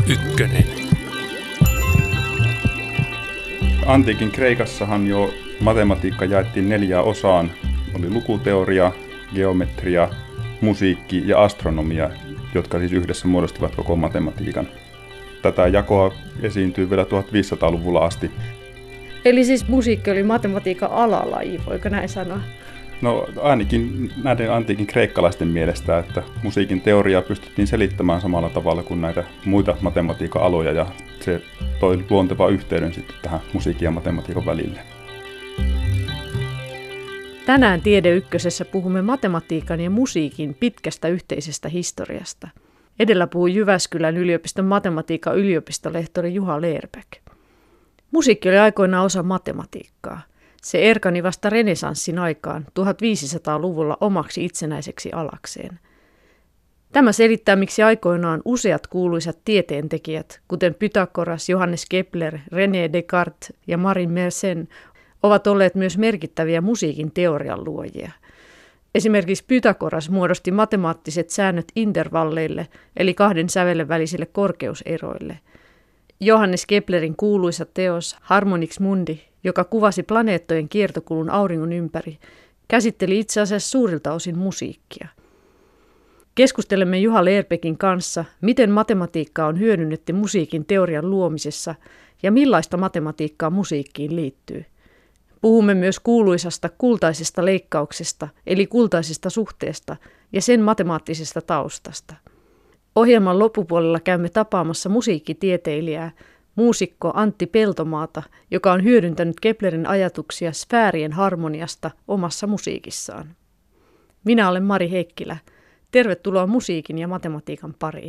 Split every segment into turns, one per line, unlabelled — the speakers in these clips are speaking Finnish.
Ykkönen.
Antiikin Kreikassahan jo matematiikka jaettiin 4 osaan. Oli lukuteoria, geometria, musiikki ja astronomia, jotka siis yhdessä muodostivat koko matematiikan. Tätä jakoa esiintyy vielä 1500-luvulla asti.
Eli siis musiikki oli matematiikan alalaji, voiko näin sanoa?
No ainakin näiden antiikin kreikkalaisten mielestä, että musiikin teoriaa pystyttiin selittämään samalla tavalla kuin näitä muita matematiikan aloja, ja se toi luonteva yhteyden sitten tähän musiikin ja matematiikan välille.
Tänään Tiede Ykkösessä puhumme matematiikan ja musiikin pitkästä yhteisestä historiasta. Edellä puhuu Jyväskylän yliopiston matematiikan yliopistolehtori Juha Lerbeck. Musiikki oli aikoinaan osa matematiikkaa. Se erkani vasta renessanssin aikaan 1500-luvulla omaksi itsenäiseksi alakseen. Tämä selittää, miksi aikoinaan useat kuuluisat tieteentekijät, kuten Pythagoras, Johannes Kepler, René Descartes ja Marie Mersenne, ovat olleet myös merkittäviä musiikin teorian luojia. Esimerkiksi Pythagoras muodosti matemaattiset säännöt intervalleille, eli 2 sävelen välisille korkeuseroille. Johannes Keplerin kuuluisa teos Harmonix Mundi, joka kuvasi planeettojen kiertokulun auringon ympäri, käsitteli itse asiassa suurilta osin musiikkia. Keskustelemme Juha Lerbeckin kanssa, miten matematiikkaa on hyödynnetty musiikin teorian luomisessa ja millaista matematiikkaa musiikkiin liittyy. Puhumme myös kuuluisasta kultaisesta leikkauksesta, eli kultaisesta suhteesta, ja sen matemaattisesta taustasta. Ohjelman loppupuolella käymme tapaamassa musiikkitieteilijää, muusikko Antti Peltomaata, joka on hyödyntänyt Keplerin ajatuksia sfäärien harmoniasta omassa musiikissaan. Minä olen Mari Heikkilä. Tervetuloa musiikin ja matematiikan pariin.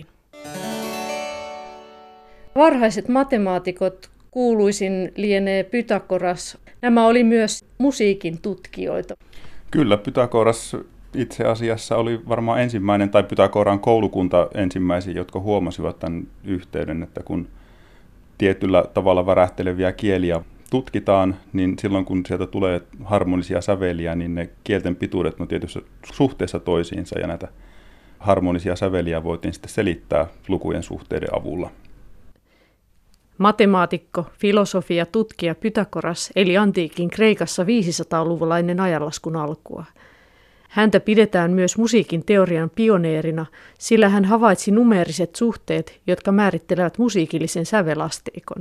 Varhaiset matemaatikot, kuuluisin lienee Pythagoras. Nämä oli myös musiikin tutkijoita.
Kyllä, Pythagoras itse asiassa oli varmaan ensimmäinen, tai Pythagoran koulukunta ensimmäisiä, jotka huomasivat tämän yhteyden, että kun tietyllä tavalla värähteleviä kieliä tutkitaan, niin silloin kun sieltä tulee harmonisia säveliä, niin ne kielten pituudet on tietysti suhteessa toisiinsa, ja näitä harmonisia säveliä voitiin sitten selittää lukujen suhteiden avulla.
Matemaatikko, filosofi ja tutkija Pythagoras eli antiikin Kreikassa 500-luvulla ennen ajanlaskun alkua. Häntä pidetään myös musiikin teorian pioneerina, sillä hän havaitsi numeeriset suhteet, jotka määrittelevät musiikillisen sävelasteikon.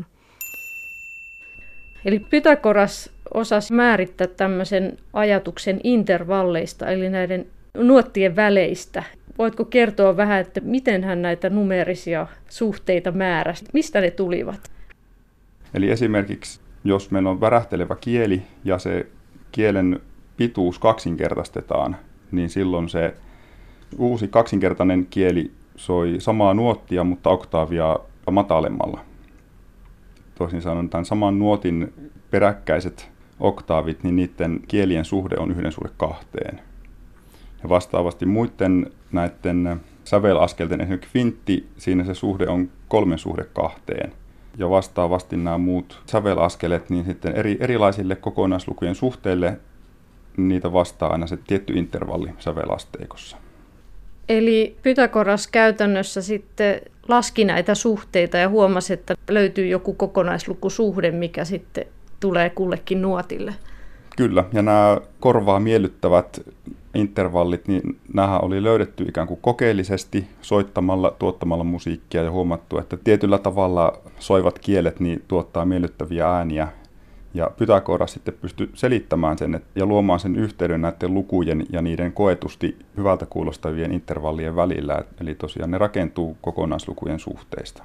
Eli Pythagoras osasi määrittää tämmöisen ajatuksen intervalleista, eli näiden nuottien väleistä. Voitko kertoa vähän, että miten hän näitä numeerisia suhteita määräsi? Mistä ne tulivat?
Eli esimerkiksi, jos meillä on värähtelevä kieli ja se kielen pituus kaksinkertaistetaan, niin silloin se uusi kaksinkertainen kieli soi samaa nuottia, mutta oktaavia matalemmalla. Toisin sanoen tämän saman nuotin peräkkäiset oktaavit, niin niiden kielien suhde on 1:2. Ja vastaavasti muiden näiden sävelaskelten, esimerkiksi kvintti, siinä se suhde on 3:2. Ja vastaavasti nämä muut sävelaskelet, niin sitten erilaisille kokonaislukujen suhteille niitä vastaa aina se tietty intervalli sävelasteikossa.
Eli Pythagoras käytännössä sitten laski näitä suhteita ja huomasi, että löytyy joku kokonaislukusuhde, mikä sitten tulee kullekin nuotille.
Kyllä, ja nämä korvaa miellyttävät intervallit, niin nämä oli löydetty ikään kuin kokeellisesti soittamalla, tuottamalla musiikkia ja huomattu, että tietyllä tavalla soivat kielet niin tuottaa miellyttäviä ääniä. Ja Pythagoras sitten pystyi selittämään sen ja luomaan sen yhteyden näiden lukujen ja niiden koetusti hyvältä kuulostavien intervallien välillä. Eli tosiaan ne rakentuu kokonaislukujen suhteista.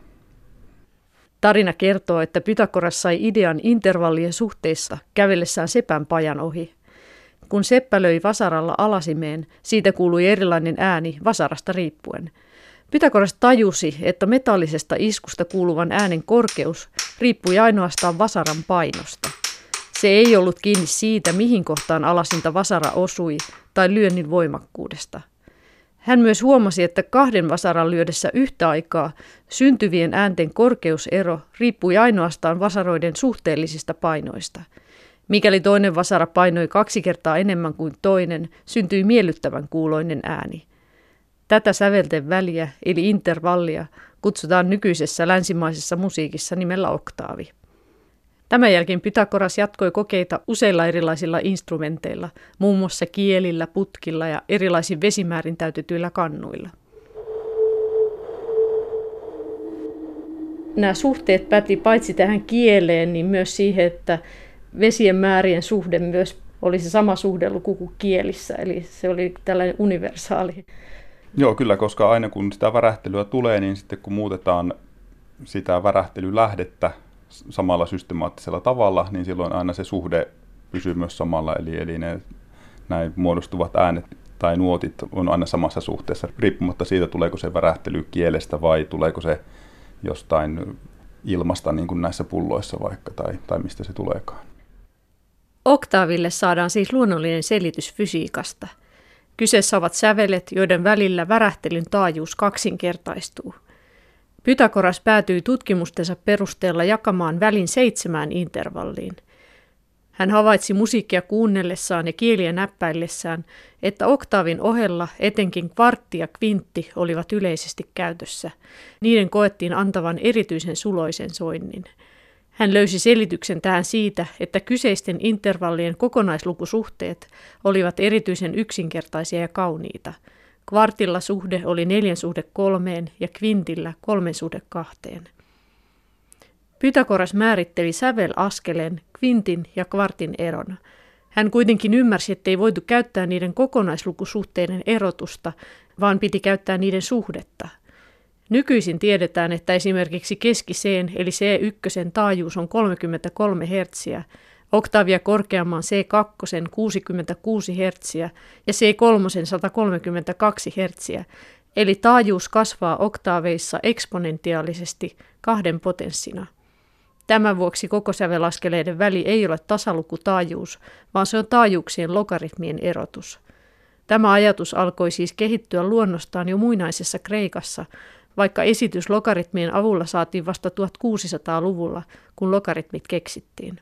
Tarina kertoo, että Pythagoras sai idean intervallien suhteissa kävellessään sepän pajan ohi. Kun seppä löi vasaralla alasimeen, siitä kuului erilainen ääni vasarasta riippuen. Pythagoras tajusi, että metallisesta iskusta kuuluvan äänen korkeus riippui ainoastaan vasaran painosta. Se ei ollut kiinni siitä, mihin kohtaan alasinta vasara osui tai lyönnin voimakkuudesta. Hän myös huomasi, että 2 vasaran lyödessä yhtä aikaa syntyvien äänten korkeusero riippui ainoastaan vasaroiden suhteellisista painoista. Mikäli toinen vasara painoi 2 kertaa enemmän kuin toinen, syntyi miellyttävän kuuloinen ääni. Tätä sävelten väliä, eli intervallia, kutsutaan nykyisessä länsimaisessa musiikissa nimellä oktaavi. Tämän jälkeen Pythagoras jatkoi kokeita useilla erilaisilla instrumenteilla, muun muassa kielillä, putkilla ja erilaisin vesimäärin täytetyillä kannuilla. Nämä suhteet päti paitsi tähän kieleen, niin myös siihen, että vesien määrien suhde myös oli se sama suhdeluku kuin kielissä, eli se oli tällainen universaali.
Joo, kyllä, koska aina kun sitä värähtelyä tulee, niin sitten kun muutetaan sitä värähtelylähdettä samalla systemaattisella tavalla, niin silloin aina se suhde pysyy myös samalla, eli näin muodostuvat äänet tai nuotit on aina samassa suhteessa, riippumatta siitä, tuleeko se värähtely kielestä vai tuleeko se jostain ilmasta, niin kuin näissä pulloissa vaikka, tai mistä se tuleekaan.
Oktaaville saadaan siis luonnollinen selitys fysiikasta. Kyseessä ovat sävelet, joiden välillä värähtelyn taajuus kaksinkertaistuu. Pythagoras päätyi tutkimustensa perusteella jakamaan välin 7 intervalliin. Hän havaitsi musiikkia kuunnellessaan ja kieliä näppäillessään, että oktaavin ohella etenkin kvartti ja kvintti olivat yleisesti käytössä. Niiden koettiin antavan erityisen suloisen soinnin. Hän löysi selityksen tähän siitä, että kyseisten intervallien kokonaislukusuhteet olivat erityisen yksinkertaisia ja kauniita. Kvartilla suhde oli 4:3 ja kvintillä 3:2. Pythagoras määritteli sävelaskeleen, kvintin ja kvartin eron. Hän kuitenkin ymmärsi, ettei voitu käyttää niiden kokonaislukusuhteiden erotusta, vaan piti käyttää niiden suhdetta. Nykyisin tiedetään, että esimerkiksi keski-C:n eli C1 taajuus on 33 Hz, oktaavia korkeamman C2 66 Hz ja C3 132 Hz, eli taajuus kasvaa oktaaveissa eksponentiaalisesti 2 potenssina. Tämän vuoksi koko sävelaskeleiden väli ei ole tasalukutaajuus, vaan se on taajuuksien logaritmien erotus. Tämä ajatus alkoi siis kehittyä luonnostaan jo muinaisessa Kreikassa, vaikka esitys logaritmien avulla saatiin vasta 1600-luvulla, kun logaritmit keksittiin.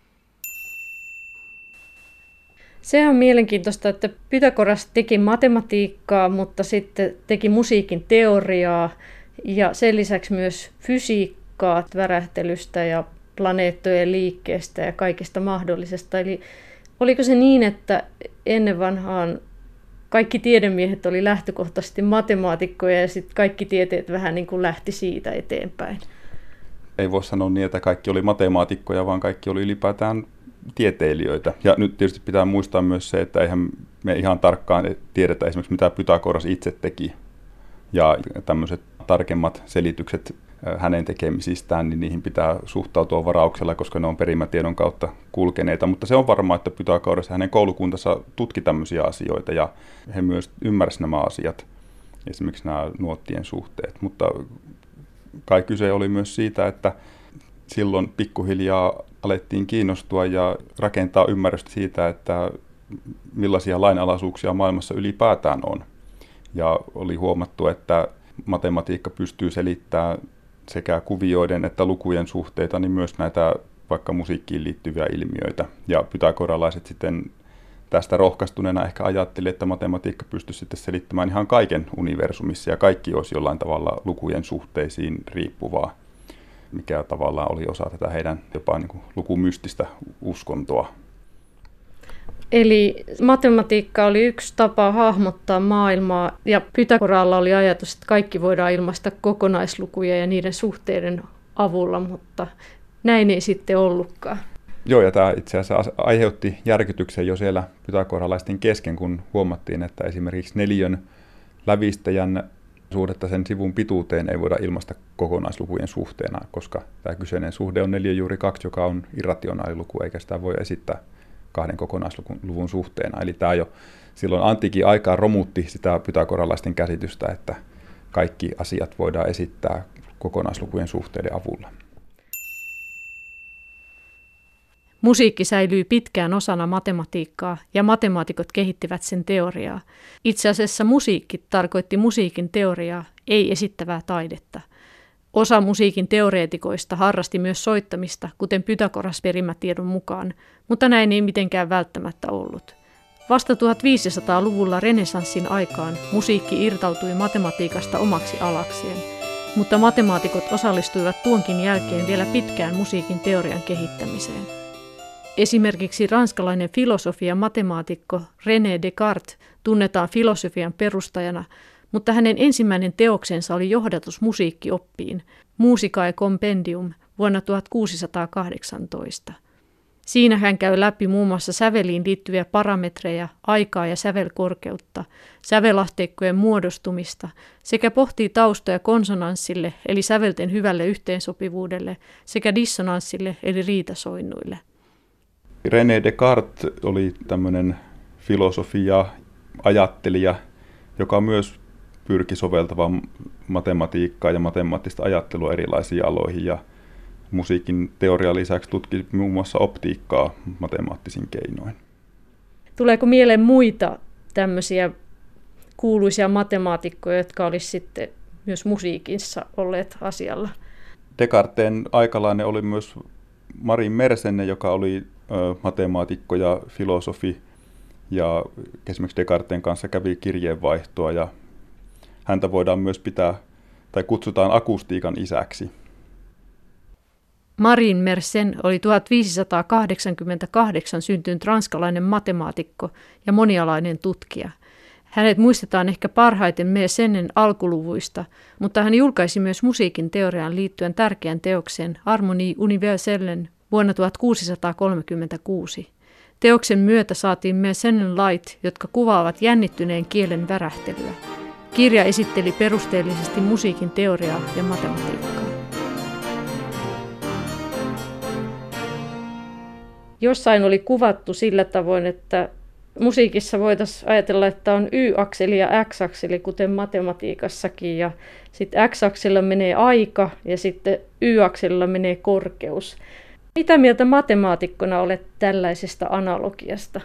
Se on mielenkiintoista, että Pythagoras teki matematiikkaa, mutta sitten teki musiikin teoriaa ja sen lisäksi myös fysiikkaa värähtelystä ja planeettojen liikkeestä ja kaikesta mahdollisesta. Eli oliko se niin, että ennen vanhaan kaikki tiedemiehet oli lähtökohtaisesti matemaatikkoja ja sitten kaikki tieteet vähän niin kuin lähti siitä eteenpäin?
Ei voi sanoa niin, että kaikki oli matemaatikkoja, vaan kaikki oli ylipäätään tieteilijöitä. Ja nyt tietysti pitää muistaa myös se, että eihän me ihan tarkkaan tiedetä esimerkiksi mitä Pythagoras itse teki. Ja tämmöiset tarkemmat selitykset hänen tekemisistään, niin niihin pitää suhtautua varauksella, koska ne on perimätiedon kautta kulkeneita. Mutta se on varmaa, että Pythagoras ja hänen koulukuntansa tutki tämmöisiä asioita ja he myös ymmärsivät nämä asiat, esimerkiksi nämä nuottien suhteet. Mutta kai kyse oli myös siitä, että silloin pikkuhiljaa alettiin kiinnostua ja rakentaa ymmärrystä siitä, että millaisia lainalaisuuksia maailmassa ylipäätään on. Ja oli huomattu, että matematiikka pystyy selittämään sekä kuvioiden että lukujen suhteita, niin myös näitä vaikka musiikkiin liittyviä ilmiöitä. Ja pythagoralaiset sitten tästä rohkaistuneena ehkä ajatteli, että matematiikka pystyisi sitten selittämään ihan kaiken universumissa ja kaikki olisi jollain tavalla lukujen suhteisiin riippuvaa, mikä tavallaan oli osa tätä heidän jopa niin kuin lukumystistä uskontoa.
Eli matematiikka oli yksi tapa hahmottaa maailmaa ja Pythagoralla oli ajatus, että kaikki voidaan ilmaista kokonaislukuja ja niiden suhteiden avulla, mutta näin ei sitten ollutkaan.
Joo, ja tämä itse asiassa aiheutti järkytyksen jo siellä pythagoralaisten kesken, kun huomattiin, että esimerkiksi neliön lävistäjän suhdetta sen sivun pituuteen ei voida ilmaista kokonaislukujen suhteena, koska tämä kyseinen suhde on 4 juuri 2, joka on irrationaaliluku, eikä sitä voi esittää 2 kokonaisluvun suhteena. Eli tämä jo silloin antiikin aikaan romutti sitä pythagoralaisten käsitystä, että kaikki asiat voidaan esittää kokonaislukujen suhteiden avulla.
Musiikki säilyi pitkään osana matematiikkaa ja matemaatikot kehittivät sen teoriaa. Itse asiassa musiikki tarkoitti musiikin teoriaa, ei esittävää taidetta. Osa musiikin teoreetikoista harrasti myös soittamista, kuten Pythagoras perimätiedon mukaan, mutta näin ei mitenkään välttämättä ollut. Vasta 1500-luvulla renessanssin aikaan musiikki irtautui matematiikasta omaksi alakseen. mutta matemaatikot osallistuivat tuonkin jälkeen vielä pitkään musiikin teorian kehittämiseen. Esimerkiksi ranskalainen filosofi ja matemaatikko René Descartes tunnetaan filosofian perustajana, mutta hänen ensimmäinen teoksensa oli johdatus musiikkioppiin, Musicae Compendium, vuonna 1618. Siinä hän käy läpi muun muassa säveliin liittyviä parametreja, aikaa ja sävelkorkeutta, sävelasteikkojen muodostumista sekä pohtii taustoja konsonanssille eli sävelten hyvälle yhteensopivuudelle sekä dissonanssille eli riitasoinnuille.
René Descartes oli tämmöinen filosofi ja ajattelija, joka myös pyrki soveltamaan matematiikkaa ja matemaattista ajattelua erilaisiin aloihin ja musiikin teorian lisäksi tutki muun muassa optiikkaa matemaattisin keinoin.
Tuleeko mieleen muita tämmöisiä kuuluisia matemaatikkoja, jotka olisi sitten myös musiikissa olleet asialla?
Descartesen aikalainen oli myös Marin Mersenne, joka oli matemaatikko ja filosofi ja esimerkiksi Descartesen kanssa kävi kirjeenvaihtoa ja häntä voidaan myös pitää tai kutsutaan akustiikan isäksi.
Marin Mersenne oli 1588 syntynyt ranskalainen matemaatikko ja monialainen tutkija. Hänet muistetaan ehkä parhaiten Mersennen alkuluvuista, mutta hän julkaisi myös musiikin teoriaan liittyen tärkeän teoksen Harmonie universellen vuonna 1636. Teoksen myötä saatiin Mersennen lait, jotka kuvaavat jännittyneen kielen värähtelyä. Kirja esitteli perusteellisesti musiikin teoriaa ja matematiikkaa. Jossain oli kuvattu sillä tavoin, että musiikissa voitaisiin ajatella, että on Y-akseli ja X-akseli, kuten matematiikassakin. Ja sitten X-akselilla menee aika ja sitten Y-akselilla menee korkeus. Mitä mieltä matemaatikkona olet tällaisesta analogiasta?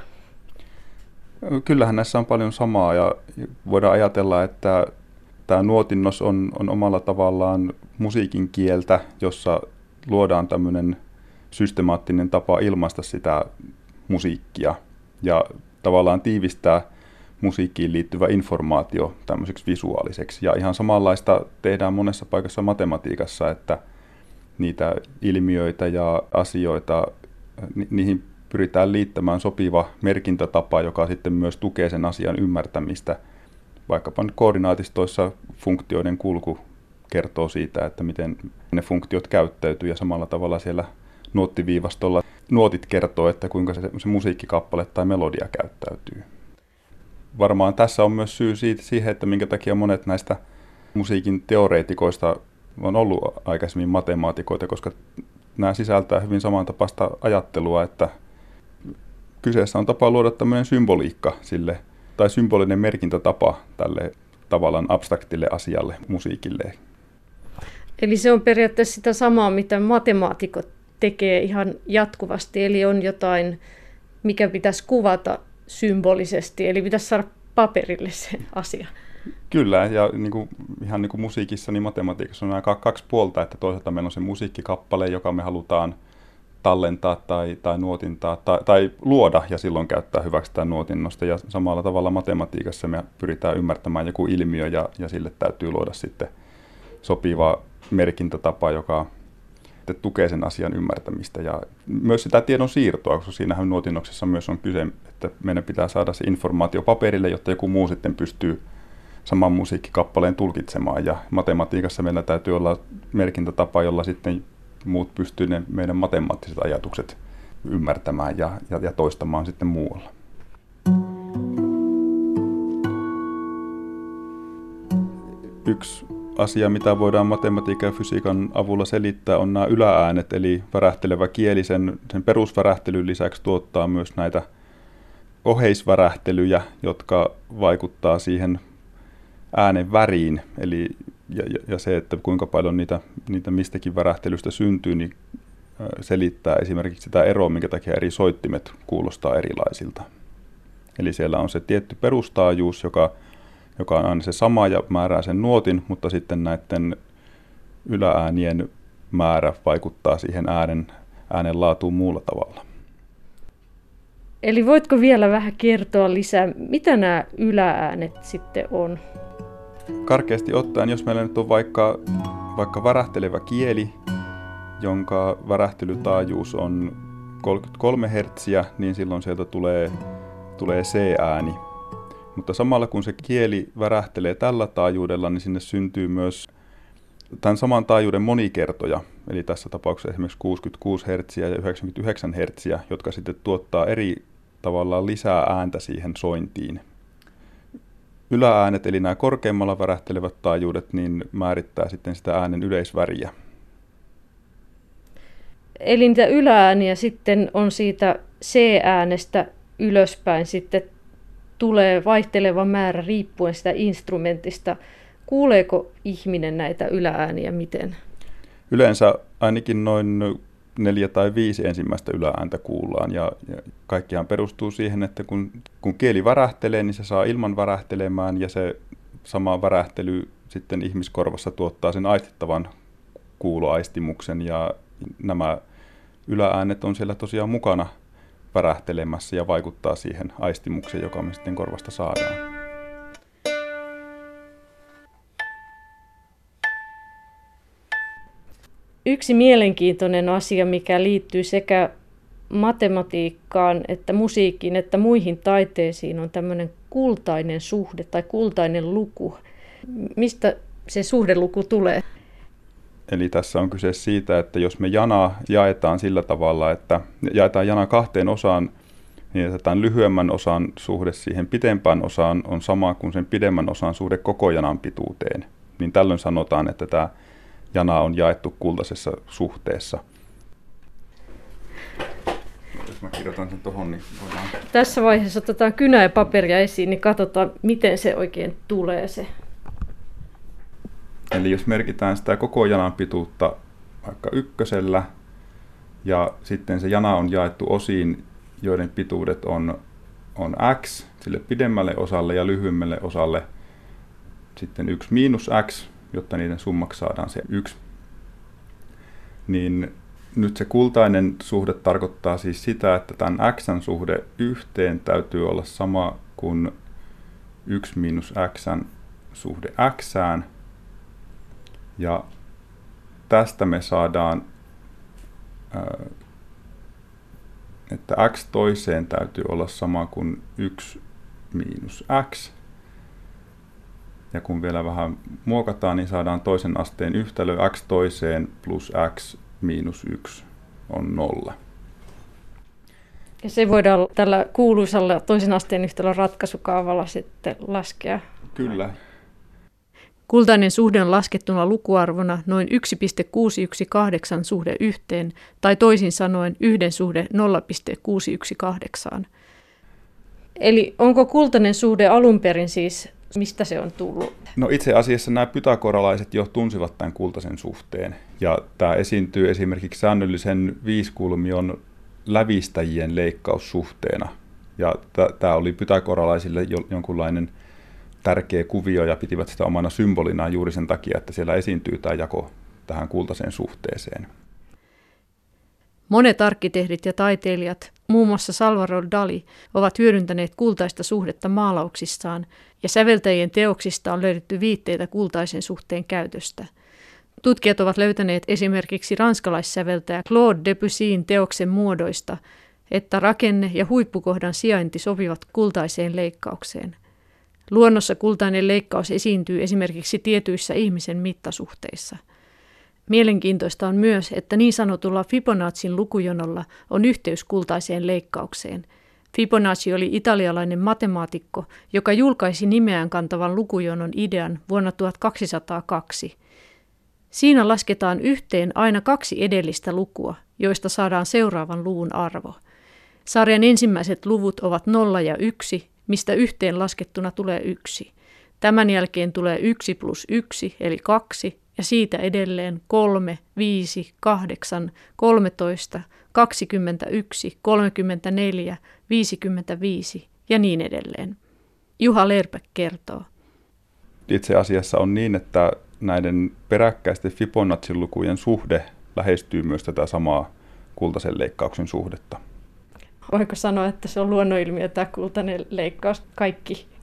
Kyllähän näissä on paljon samaa ja voidaan ajatella, että tämä nuotinnos on omalla tavallaan musiikin kieltä, jossa luodaan tämmöinen systemaattinen tapa ilmaista sitä musiikkia ja tavallaan tiivistää musiikkiin liittyvä informaatio tämmöiseksi visuaaliseksi. Ja ihan samanlaista tehdään monessa paikassa matematiikassa, että niitä ilmiöitä ja asioita, niihin pyritään liittämään sopiva merkintätapa, joka sitten myös tukee sen asian ymmärtämistä. Vaikkapa nyt koordinaatistoissa funktioiden kulku kertoo siitä, että miten ne funktiot käyttäytyy ja samalla tavalla siellä nuottiviivastolla nuotit kertoo, että kuinka se musiikkikappale tai melodia käyttäytyy. Varmaan tässä on myös syy siihen, että minkä takia monet näistä musiikin teoreetikoista on ollut aikaisemmin matemaatikoita, koska nämä sisältää hyvin samantapaista ajattelua, että kyseessä on tapa luoda tämmöinen symboliikka sille, tai symbolinen merkintätapa tälle tavallaan abstraktille asialle, musiikille.
Eli se on periaatteessa sitä samaa, mitä matemaatikot tekee ihan jatkuvasti, eli on jotain, mikä pitäisi kuvata symbolisesti, eli pitäisi saada paperille se asia.
Kyllä, ja ihan niin kuin musiikissa, niin matematiikassa on nämä kaksi puolta, että toisaalta meillä on se musiikkikappale, joka me halutaan tallentaa tai nuotintaa tai luoda ja silloin käyttää hyväksi tämän nuotinnosta. Ja samalla tavalla matematiikassa me pyritään ymmärtämään joku ilmiö ja sille täytyy luoda sitten sopiva merkintätapa, joka tukee sen asian ymmärtämistä. Ja myös sitä tiedon siirtoa, koska siinähän nuotinnoksessa myös on kyse, että meidän pitää saada se informaatio paperille, jotta joku muu sitten pystyy saman musiikkikappaleen tulkitsemaan. Ja matematiikassa meillä täytyy olla merkintätapa, jolla sitten muut pystyy ne meidän matemaattiset ajatukset ymmärtämään ja toistamaan sitten muualla. Yksi asia, mitä voidaan matematiikan ja fysiikan avulla selittää, on nämä ylääänet, eli värähtelevä kieli sen perusvärähtelyn lisäksi tuottaa myös näitä oheisvärähtelyjä, jotka vaikuttaa siihen äänen väriin, eli ja se, että kuinka paljon niitä mistäkin värähtelystä syntyy, niin selittää esimerkiksi sitä eroa, minkä takia eri soittimet kuulostaa erilaisilta. Eli siellä on se tietty perustaajuus, joka on aina se sama ja määrää sen nuotin, mutta sitten näiden ylääänien määrä vaikuttaa siihen äänen laatuun muulla tavalla.
Eli voitko vielä vähän kertoa lisää, mitä nämä ylääänet sitten on?
Karkeasti ottaen, jos meillä nyt on vaikka vaikka värähtelevä kieli, jonka värähtelytaajuus on 33 Hz, niin silloin sieltä tulee C-ääni. Mutta samalla kun se kieli värähtelee tällä taajuudella, niin sinne syntyy myös tämän saman taajuuden monikertoja, eli tässä tapauksessa esimerkiksi 66 Hz ja 99 Hz, jotka sitten tuottaa eri tavallaan lisää ääntä siihen sointiin. Ylääänet, eli nämä korkeammalla värähtelevät taajuudet, niin määrittää sitten sitä äänen yleisväriä.
Eli niitä yläääniä sitten on siitä C-äänestä ylöspäin sitten tulee vaihteleva määrä riippuen sitä instrumentista. Kuuleeko ihminen näitä yläääniä miten?
Yleensä ainakin noin 4 tai 5 ensimmäistä yläääntä kuullaan ja kaikkiaan perustuu siihen, että kun kieli värähtelee, niin se saa ilman värähtelemään ja se sama värähtely sitten ihmiskorvassa tuottaa sen aistittavan kuuloaistimuksen ja nämä ylääänet on siellä tosiaan mukana värähtelemässä ja vaikuttaa siihen aistimukseen, joka me sitten korvasta saadaan.
Yksi mielenkiintoinen asia, mikä liittyy sekä matematiikkaan että musiikkiin että muihin taiteisiin, on tämmöinen kultainen suhde tai kultainen luku. Mistä se suhdeluku tulee?
Eli tässä on kyse siitä, että jos me janaa jaetaan sillä tavalla, että jaetaan jana 2 osaan, niin että tämän lyhyemmän osan suhde siihen pitempään osaan on sama kuin sen pidemmän osan suhde koko janan pituuteen. Niin tällöin sanotaan, että tämä jana on jaettu kultaisessa suhteessa. Jos mä kirjoitan sen tuohon, niin voidaan...
Tässä vaiheessa otetaan kynä ja paperia esiin, niin katsotaan, miten se oikein tulee se.
Eli jos merkitään sitä koko janan pituutta vaikka 1 ja sitten se jana on jaettu osiin, joiden pituudet on x sille pidemmälle osalle ja lyhyemmälle osalle sitten 1 miinus x, jotta niiden summaksi saadaan se 1. Niin nyt se kultainen suhde tarkoittaa siis sitä, että tämän x:n suhde yhteen täytyy olla sama kuin 1 miinus x:n suhde x:ään. Ja tästä me saadaan, että x toiseen täytyy olla sama kuin 1 miinus x. Ja kun vielä vähän muokataan, niin saadaan toisen asteen yhtälö x toiseen plus x miinus 1 on 0.
Ja se voidaan tällä kuuluisalla toisen asteen yhtälön ratkaisukaavalla sitten laskea.
Kyllä.
Kultainen suhde on laskettuna lukuarvona noin 1,618 suhde 1, tai toisin sanoen 1 suhde 0,618. Eli onko kultainen suhde alun perin siis, mistä se on tullut?
No itse asiassa nämä pythagoralaiset jo tunsivat tämän kultaisen suhteen. Ja tämä esiintyy esimerkiksi säännöllisen viisikulmion lävistäjien leikkaussuhteena. Ja tämä oli pythagoralaisille jonkunlainen tärkeä kuvio ja pitivät sitä omana symbolinaan juuri sen takia, että siellä esiintyy tämä jako tähän kultaiseen suhteeseen.
Monet arkkitehdit ja taiteilijat, muun muassa Salvador Dali, ovat hyödyntäneet kultaista suhdetta maalauksissaan, ja säveltäjien teoksista on löydetty viitteitä kultaisen suhteen käytöstä. Tutkijat ovat löytäneet esimerkiksi ranskalaissäveltäjä Claude Debussyn teoksen muodoista, että rakenne ja huippukohdan sijainti sopivat kultaiseen leikkaukseen. Luonnossa kultainen leikkaus esiintyy esimerkiksi tietyissä ihmisen mittasuhteissa. Mielenkiintoista on myös, että niin sanotulla Fibonacin lukujonolla on yhteys kultaiseen leikkaukseen. Fibonacci oli italialainen matemaatikko, joka julkaisi nimeään kantavan lukujonon idean vuonna 1202. Siinä lasketaan yhteen aina 2 edellistä lukua, joista saadaan seuraavan luvun arvo. Sarjan ensimmäiset luvut ovat 0 ja 1, mistä yhteen laskettuna tulee 1. Tämän jälkeen tulee 1 plus 1 eli 2 ja siitä edelleen 3, 5, 8, 13, 21, 34, 55 ja niin edelleen. Juha Lerbeck kertoo.
Itse asiassa on niin, että näiden peräkkäisten Fibonacin lukujen suhde lähestyy myös tätä samaa kultaisen leikkauksen suhdetta.
Voiko sanoa, että se on luonnonilmiö tämä kultainen leikkaus? Kaikki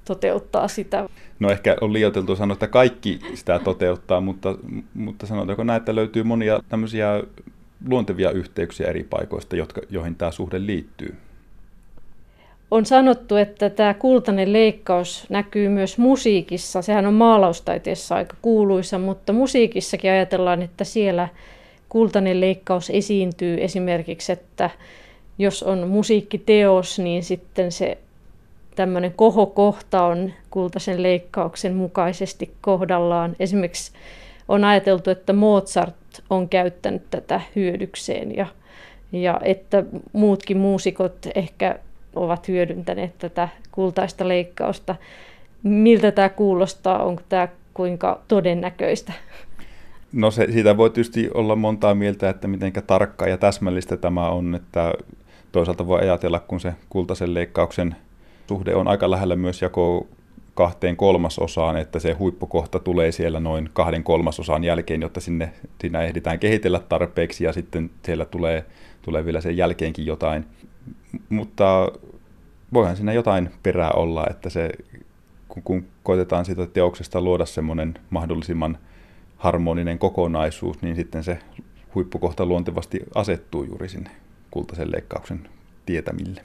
toteuttaa sitä.
No ehkä on liioiteltu sanoa, että kaikki sitä toteuttaa, mutta sanotaanko näin, että löytyy monia tämmöisiä luontevia yhteyksiä eri paikoista, joihin tämä suhde liittyy.
On sanottu, että tämä kultainen leikkaus näkyy myös musiikissa. Sehän on maalaustaiteessa aika kuuluisa, mutta musiikissakin ajatellaan, että siellä kultainen leikkaus esiintyy esimerkiksi, että jos on musiikkiteos, niin sitten se tämmöinen kohokohta on kultaisen leikkauksen mukaisesti kohdallaan. Esimerkiksi on ajateltu, että Mozart on käyttänyt tätä hyödykseen ja että muutkin muusikot ehkä ovat hyödyntäneet tätä kultaista leikkausta. Miltä tämä kuulostaa? Onko tämä kuinka todennäköistä?
No siitä voi tietysti olla montaa mieltä, että miten tarkkaa ja täsmällistä tämä on. Että toisaalta voi ajatella, kun se kultaisen leikkauksen suhde on aika lähellä myös jako 2/3, että se huippukohta tulee siellä noin 2/3 jälkeen, jotta siinä ehditään kehitellä tarpeeksi ja sitten siellä tulee vielä sen jälkeenkin jotain. Mutta voihan siinä jotain perää olla, että se, kun koitetaan siitä teoksesta luoda semmoinen mahdollisimman harmoninen kokonaisuus, niin sitten se huippukohta luontevasti asettuu juuri sinne kultaisen leikkauksen tietämille.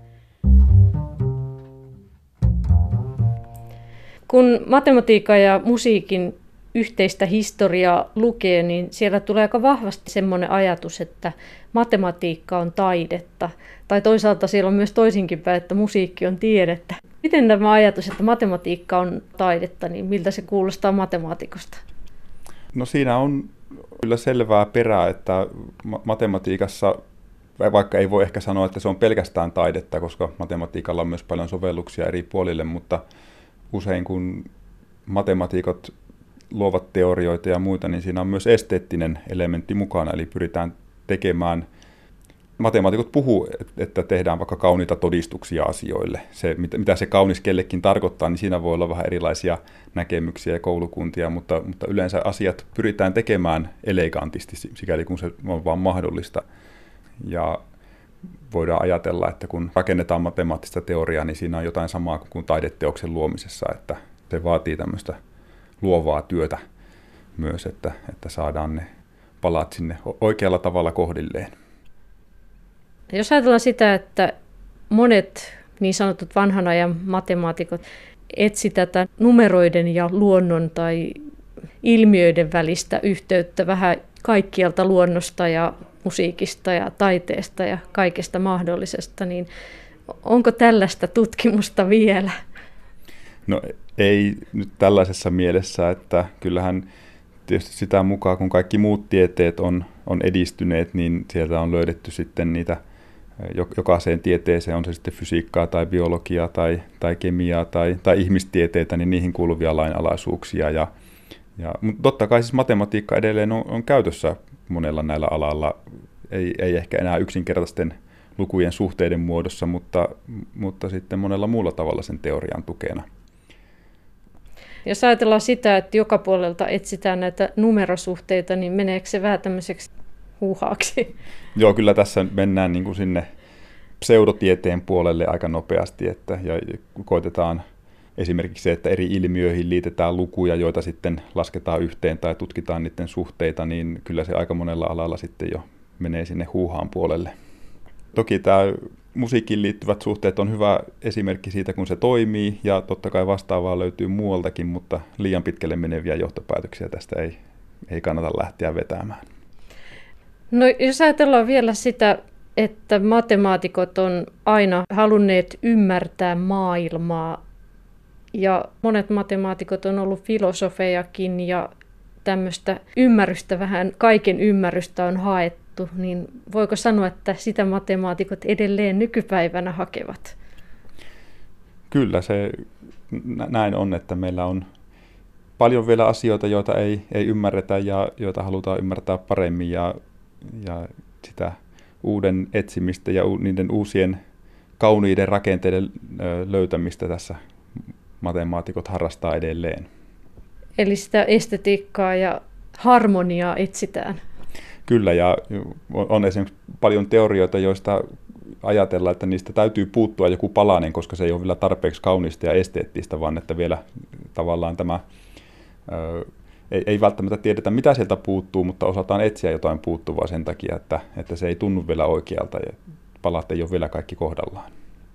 Kun matematiikan ja musiikin yhteistä historiaa lukee, niin siellä tulee aika vahvasti semmoinen ajatus, että matematiikka on taidetta. Tai toisaalta siellä on myös toisinkin päin, että musiikki on tiedettä. Miten tämä ajatus, että matematiikka on taidetta, niin miltä se kuulostaa matemaatikosta?
No siinä on kyllä selvää perää, että matematiikassa, vaikka ei voi ehkä sanoa, että se on pelkästään taidetta, koska matematiikalla on myös paljon sovelluksia eri puolille, mutta usein kun matemaatikot luovat teorioita ja muita, niin siinä on myös esteettinen elementti mukana, eli pyritään tekemään. Matemaatikot puhuu, että tehdään vaikka kauniita todistuksia asioille. Se, mitä se kaunis kellekin tarkoittaa, niin siinä voi olla vähän erilaisia näkemyksiä ja koulukuntia, mutta yleensä asiat pyritään tekemään elegantisti, sikäli kun se on vaan mahdollista. Ja voidaan ajatella, että kun rakennetaan matemaattista teoriaa, niin siinä on jotain samaa kuin taideteoksen luomisessa, että se vaatii tämmöistä luovaa työtä myös, että saadaan ne palat sinne oikealla tavalla kohdilleen.
Jos ajatellaan sitä, että monet niin sanotut vanhan ajan matemaatikot etsi tätä numeroiden ja luonnon tai ilmiöiden välistä yhteyttä vähän kaikkialta luonnosta ja musiikista ja taiteesta ja kaikesta mahdollisesta, niin onko tällaista tutkimusta vielä?
No ei nyt tällaisessa mielessä, että kyllähän tietysti sitä mukaan, kun kaikki muut tieteet on edistyneet, niin sieltä on löydetty sitten niitä jokaiseen tieteeseen, on se sitten fysiikkaa tai biologiaa tai kemiaa tai ihmistieteitä, niin niihin kuuluvia lainalaisuuksia. Mutta totta kai siis matematiikka edelleen on käytössä monella näillä alalla, ei ehkä enää yksinkertaisten lukujen suhteiden muodossa, mutta sitten monella muulla tavalla sen teorian tukena.
Jos ajatellaan sitä, että joka puolelta etsitään näitä numerosuhteita, niin meneekö se vähän tämmöiseksi huuhaaksi?
Joo, kyllä tässä mennään niin kuin sinne pseudotieteen puolelle aika nopeasti, ja koitetaan esimerkiksi se, että eri ilmiöihin liitetään lukuja, joita sitten lasketaan yhteen tai tutkitaan niiden suhteita, niin kyllä se aika monella alalla sitten jo menee sinne huuhaan puolelle. Toki tämä musiikkiin liittyvät suhteet on hyvä esimerkki siitä, kun se toimii, ja totta kai vastaavaa löytyy muualtakin, mutta liian pitkälle meneviä johtopäätöksiä tästä ei kannata lähteä vetämään.
No jos ajatellaan vielä sitä, että matemaatikot on aina halunneet ymmärtää maailmaa, ja monet matemaatikot on ollut filosofejakin, ja tämmöistä ymmärrystä, vähän kaiken ymmärrystä on haettu, niin voiko sanoa, että sitä matemaatikot edelleen nykypäivänä hakevat?
Kyllä se näin on, että meillä on paljon vielä asioita, joita ei ymmärretä ja joita halutaan ymmärtää paremmin, ja sitä uuden etsimistä ja niiden uusien kauniiden rakenteiden löytämistä tässä matemaatikot harrastaa edelleen.
Eli sitä estetiikkaa ja harmoniaa etsitään.
Kyllä, ja on esimerkiksi paljon teorioita, joista ajatella, että niistä täytyy puuttua joku palanen, koska se ei ole vielä tarpeeksi kaunista ja esteettistä, vaan että vielä tavallaan tämä ei välttämättä tiedetä, mitä sieltä puuttuu, mutta osataan etsiä jotain puuttuvaa sen takia, että se ei tunnu vielä oikealta ja palat ei ole vielä kaikki kohdallaan.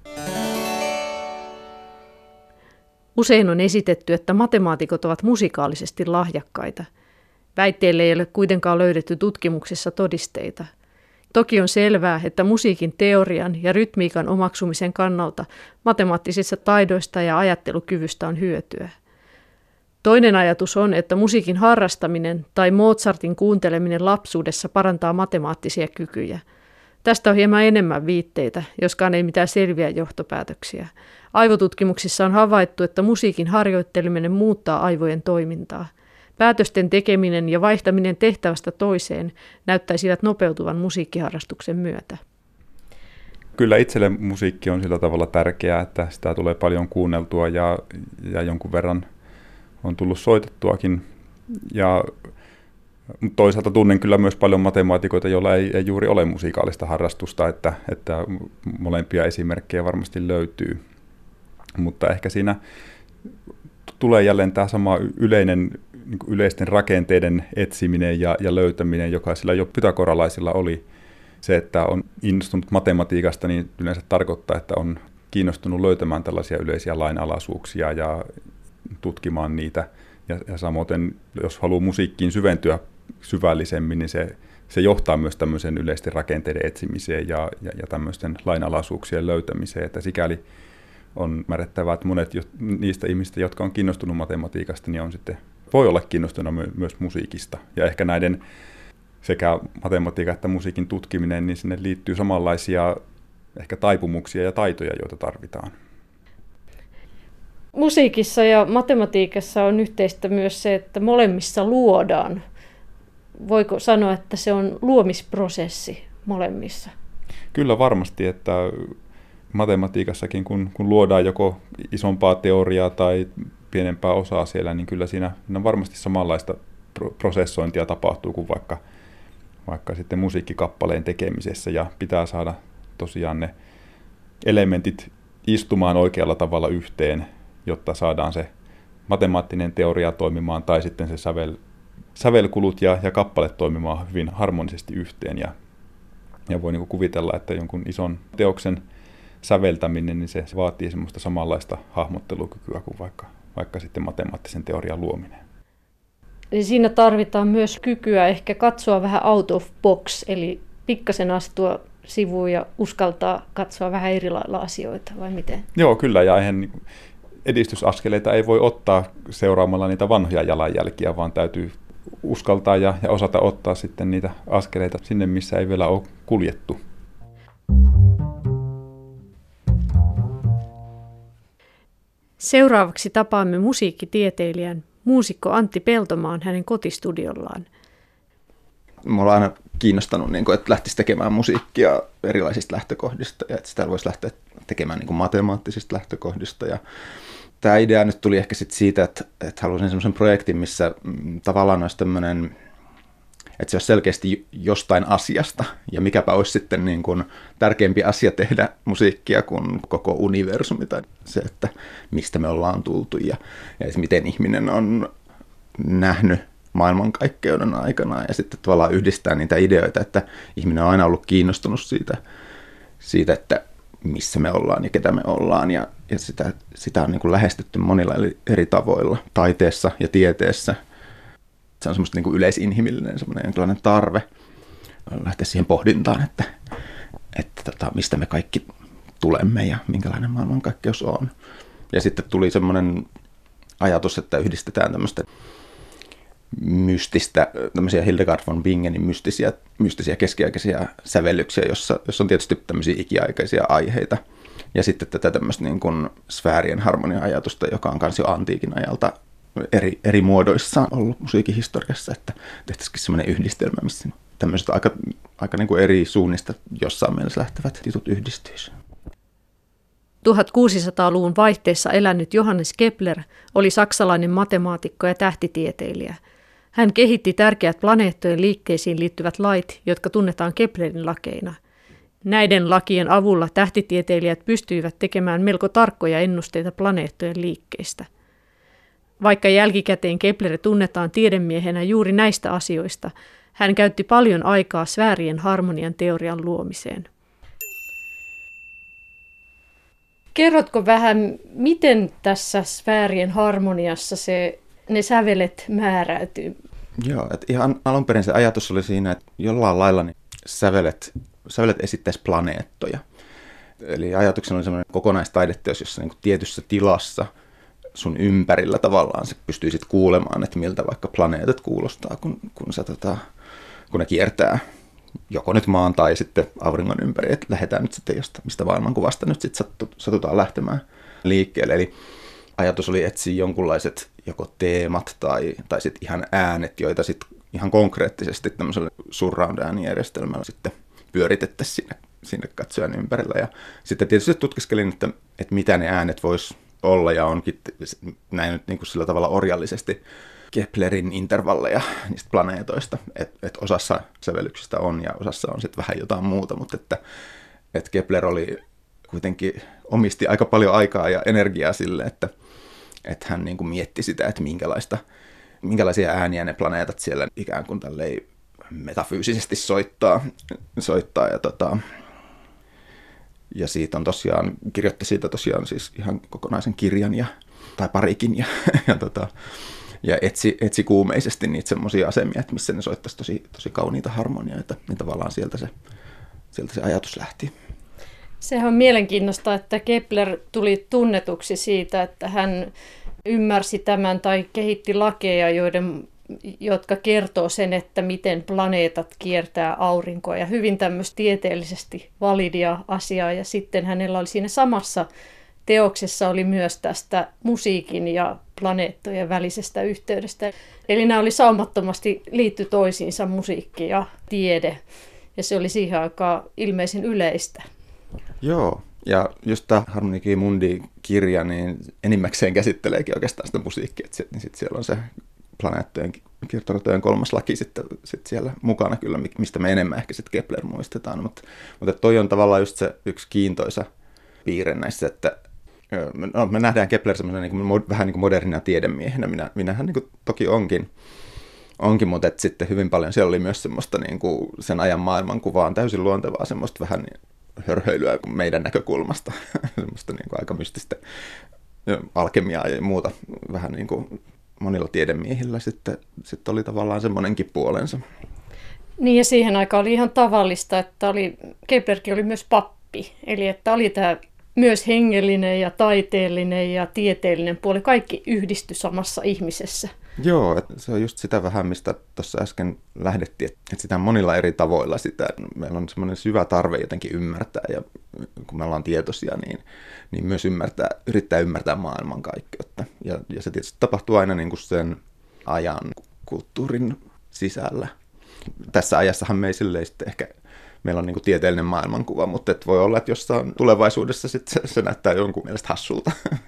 Usein on esitetty, että matemaatikot ovat musikaalisesti lahjakkaita. Väitteelle ei ole kuitenkaan löydetty tutkimuksessa todisteita. Toki on selvää, että musiikin teorian ja rytmiikan omaksumisen kannalta matemaattisista taidoista ja ajattelukyvystä on hyötyä. Toinen ajatus on, että musiikin harrastaminen tai Mozartin kuunteleminen lapsuudessa parantaa matemaattisia kykyjä. Tästä on hieman enemmän viitteitä, joskaan ei mitään selviä johtopäätöksiä. Aivotutkimuksissa on havaittu, että musiikin harjoitteleminen muuttaa aivojen toimintaa. Päätösten tekeminen ja vaihtaminen tehtävästä toiseen näyttäisivät nopeutuvan musiikkiharrastuksen myötä.
Kyllä itselle musiikki on sillä tavalla tärkeää, että sitä tulee paljon kuunneltua ja jonkun verran on tullut soitettuakin. Mutta toisaalta tunnen kyllä myös paljon matemaatikoita, joilla ei juuri ole musikaalista harrastusta, että molempia esimerkkejä varmasti löytyy. Mutta ehkä siinä tulee jälleen tämä sama yleisten rakenteiden etsiminen ja löytäminen, joka sillä jo pythagoralaisilla oli. Se, että on innostunut matematiikasta, niin yleensä tarkoittaa, että on kiinnostunut löytämään tällaisia yleisiä lainalaisuuksia ja tutkimaan niitä. Ja samoin, jos haluaa musiikkiin syventyä syvällisemmin, niin se johtaa myös tämmöisen yleisten rakenteiden etsimiseen ja tämmöisten lainalaisuuksien löytämiseen. Että sikäli on ymmärrettävää, että monet niistä ihmisistä, jotka on kiinnostunut matematiikasta, niin voi olla kiinnostunut myös musiikista. Ja ehkä näiden sekä matematiikan että musiikin tutkiminen, niin sinne liittyy samanlaisia ehkä taipumuksia ja taitoja, joita tarvitaan.
Musiikissa ja matematiikassa on yhteistä myös se, että molemmissa luodaan. Voiko sanoa, että se on luomisprosessi molemmissa? Kyllä
varmasti, että matematiikassakin, kun luodaan joko isompaa teoriaa tai pienempää osaa siellä, niin kyllä siinä varmasti samanlaista prosessointia tapahtuu kuin vaikka sitten musiikkikappaleen tekemisessä, ja pitää saada tosiaan ne elementit istumaan oikealla tavalla yhteen, jotta saadaan se matemaattinen teoria toimimaan tai sitten se sävelkulut ja kappale toimimaan hyvin harmonisesti yhteen. Ja voi niin kuvitella, että jonkun ison teoksen säveltäminen, niin se vaatii semmoista samanlaista hahmottelukykyä kuin vaikka sitten matemaattisen teorian luominen.
Eli siinä tarvitaan myös kykyä ehkä katsoa vähän out of box, eli pikkasen astua sivuun ja uskaltaa katsoa vähän eri lailla asioita, vai miten?
Joo, kyllä, ja eihän edistysaskeleita ei voi ottaa seuraamalla niitä vanhoja jalanjälkiä, vaan täytyy uskaltaa ja osata ottaa sitten niitä askeleita sinne, missä ei vielä ole kuljettu.
Seuraavaksi tapaamme musiikkitieteilijän, muusikko Antti Peltomaan hänen kotistudiollaan.
Mulla on aina kiinnostanut, että lähtisi tekemään musiikkia erilaisista lähtökohdista ja että sitä voisi lähteä tekemään matemaattisista lähtökohdista. Ja tämä idea nyt tuli ehkä siitä, että halusin semmoisen projektin, missä tavallaan olisi tämmöinen, että se olisi selkeästi jostain asiasta, ja mikäpä olisi sitten tärkeämpi asia tehdä musiikkia kuin koko universumi, tai se, että mistä me ollaan tultu, ja miten ihminen on nähnyt maailmankaikkeuden aikana, ja sitten tavallaan yhdistää niitä ideoita, että ihminen on aina ollut kiinnostunut siitä että missä me ollaan ja ketä me ollaan, ja sitä on lähestytty monilla eri tavoilla, taiteessa ja tieteessä. Se on semmoista yleisinhimillinen semmoinen jonkinlainen tarve lähteä siihen pohdintaan, että mistä me kaikki tulemme ja minkälainen maailmankaikkeus on. Ja sitten tuli semmoinen ajatus, että yhdistetään tämmöistä mystistä, tämmöisiä Hildegard von Bingenin mystisiä keskiaikaisia sävellyksiä, jossa on tietysti tämmöisiä ikiaikaisia aiheita. Ja sitten tätä tämmöistä sfäärien harmonia-ajatusta, joka on myös jo antiikin ajalta eri muodoissaan ollut musiikin historiassa, että tehtäisikin semmoinen yhdistelmä, missä tämmöiset aika eri suunnista jossain mielessä lähtevät jutut yhdistyisivät.
1600-luvun vaihteessa elänyt Johannes Kepler oli saksalainen matemaatikko ja tähtitieteilijä. Hän kehitti tärkeät planeettojen liikkeisiin liittyvät lait, jotka tunnetaan Keplerin lakeina. Näiden lakien avulla tähtitieteilijät pystyivät tekemään melko tarkkoja ennusteita planeettojen liikkeistä. Vaikka jälkikäteen Kepler tunnetaan tiedemiehenä juuri näistä asioista, hän käytti paljon aikaa sfäärien harmonian teorian luomiseen. Kerrotko vähän, miten tässä sfäärien harmoniassa ne sävelet määräytyy?
Joo, että ihan alun perin se ajatus oli siinä, että jollain lailla niin sävelet esittäisi planeettoja. Eli ajatuksena oli sellainen kokonaistaideteos, jossa niin kuin tietyssä tilassa sun ympärillä tavallaan se pystyisit kuulemaan, että miltä vaikka planeetat kuulostaa, kun ne kiertää joko nyt maan tai sitten auringon ympäri, että lähdetään nyt sitten mistä maailmankuvasta nyt sitten satutaan lähtemään liikkeelle. Eli ajatus oli etsiä jonkunlaiset joko teemat tai sitten ihan äänet, joita sitten ihan konkreettisesti tämmöisellä surround-äänijärjestelmällä sitten pyöritettäisiin sinne katsojan ympärillä. Ja sitten tietysti tutkiskelin, että mitä ne äänet vois olla, ja onkin näin nyt niin kuin sillä tavalla orjallisesti Keplerin intervalleja niistä planeetoista, että osassa sävellyksistä on ja osassa on sitten vähän jotain muuta, mutta että Kepler oli kuitenkin omisti aika paljon aikaa ja energiaa sille, että hän niin kuin mietti sitä, että minkälaisia ääniä ne planeetat siellä ikään kuin tälleen metafyysisesti soittaa ja siitä on kirjoitti siitä tosiaan siis ihan kokonaisen kirjan tai parikin ja etsi kuumeisesti niitä semmoisia asemia, että missä ne soittaisi tosi kauniita harmonioita, niin tavallaan sieltä se ajatus lähti.
Sehän on mielenkiintoista, että Kepler tuli tunnetuksi siitä, että hän ymmärsi tämän tai kehitti lakeja, jotka kertoo sen, että miten planeetat kiertää aurinkoa, ja hyvin tämmöistä tieteellisesti validia asiaa. Ja sitten hänellä oli siinä samassa teoksessa oli myös tästä musiikin ja planeettojen välisestä yhteydestä. Eli nämä oli saumattomasti liitty toisiinsa, musiikki ja tiede, ja se oli siihen aikaan ilmeisen yleistä.
Joo, ja just tämä Harmonici Mundi-kirja niin enimmäkseen käsitteleekin oikeastaan sitä musiikkia, että sitten siellä on se planeettojen kiertoratojen 3. laki sitten siellä mukana kyllä, mistä me enemmän ehkä sitten Kepler muistetaan, mutta toi on tavallaan just se yksi kiintoisa piirre näissä, että me nähdään Kepler semmoisena vähän niin kuin modernina tiedemiehenä, minähän niin kuin toki onkin, mutta sitten hyvin paljon siellä oli myös semmoista niin kuin sen ajan maailmankuvaan täysin luontevaa semmoista vähän hörhöilyä meidän näkökulmasta, semmoista niin kuin aika mystistä alkemiaa ja muuta vähän niin kuin monilla tiedemiehillä sitten oli tavallaan semmoinenkin puolensa.
Niin, ja siihen aikaan oli ihan tavallista, että Keplerkin oli myös pappi, eli että oli tämä myös hengellinen ja taiteellinen ja tieteellinen puoli, kaikki yhdistyi samassa ihmisessä.
Joo, se on just sitä vähän, mistä tuossa äsken lähdettiin, että sitä monilla eri tavoilla sitä. Meillä on semmoinen syvä tarve jotenkin ymmärtää, ja kun me ollaan tietoisia, niin myös yrittää ymmärtää maailmankaikkeutta. Ja se tietysti tapahtuu aina niin kuin sen ajan kulttuurin sisällä. Tässä ajassahan me ei silleen sitten ehkä, meillä on niin kuin tieteellinen maailmankuva, mutta et voi olla, että jossain tulevaisuudessa sitten se näyttää jonkun mielestä hassulta.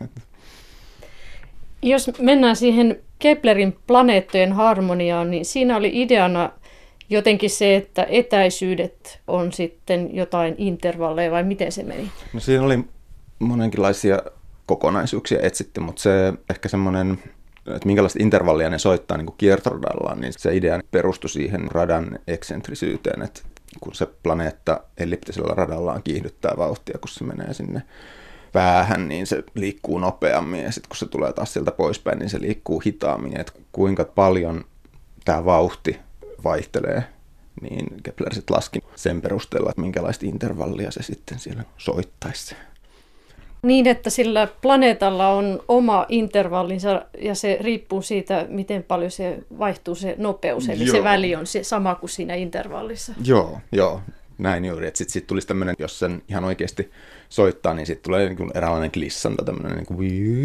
Jos mennään siihen Keplerin planeettojen harmoniaan, niin siinä oli ideana jotenkin se, että etäisyydet on sitten jotain intervalleja, vai miten se meni?
No siinä oli monenkinlaisia kokonaisuuksia etsitty, mutta se ehkä semmoinen, että minkälaista intervallia ne soittaa niin kuin kiertoradallaan, niin se idea perustui siihen radan eksentrisyyteen, että kun se planeetta elliptisellä radallaan kiihdyttää vauhtia, kun se menee sinne päähän, niin se liikkuu nopeammin, ja sitten kun se tulee taas sieltä poispäin, niin se liikkuu hitaammin. Että kuinka paljon tämä vauhti vaihtelee, niin Kepler sitten laski sen perusteella, että minkälaista intervallia se sitten siellä soittaisi.
Niin, että sillä planeetalla on oma intervallinsa, ja se riippuu siitä, miten paljon se vaihtuu se nopeus, eli se väli on se sama kuin siinä intervallissa.
Joo. Näin juuri, että sitten tulisi tämmöinen, jos sen ihan oikeasti soittaa, niin sitten tulee niin kuin eräänlainen glissanta, tämmöinen niin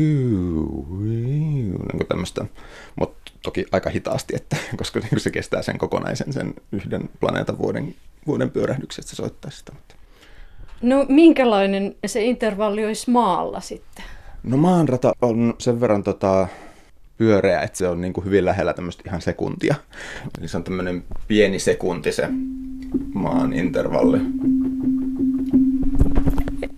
kuin tämmöistä, mutta toki aika hitaasti, koska niin kuin se kestää sen kokonaisen sen yhden planeetan vuoden pyörähdyksen, että se soittaisi sitä.
No minkälainen se intervalli olisi maalla sitten?
No maanrata on sen verran pyöreä, että se on niin kuin hyvin lähellä tämmöistä ihan sekuntia. Eli se on tämmöinen pieni sekunti se maan intervalli.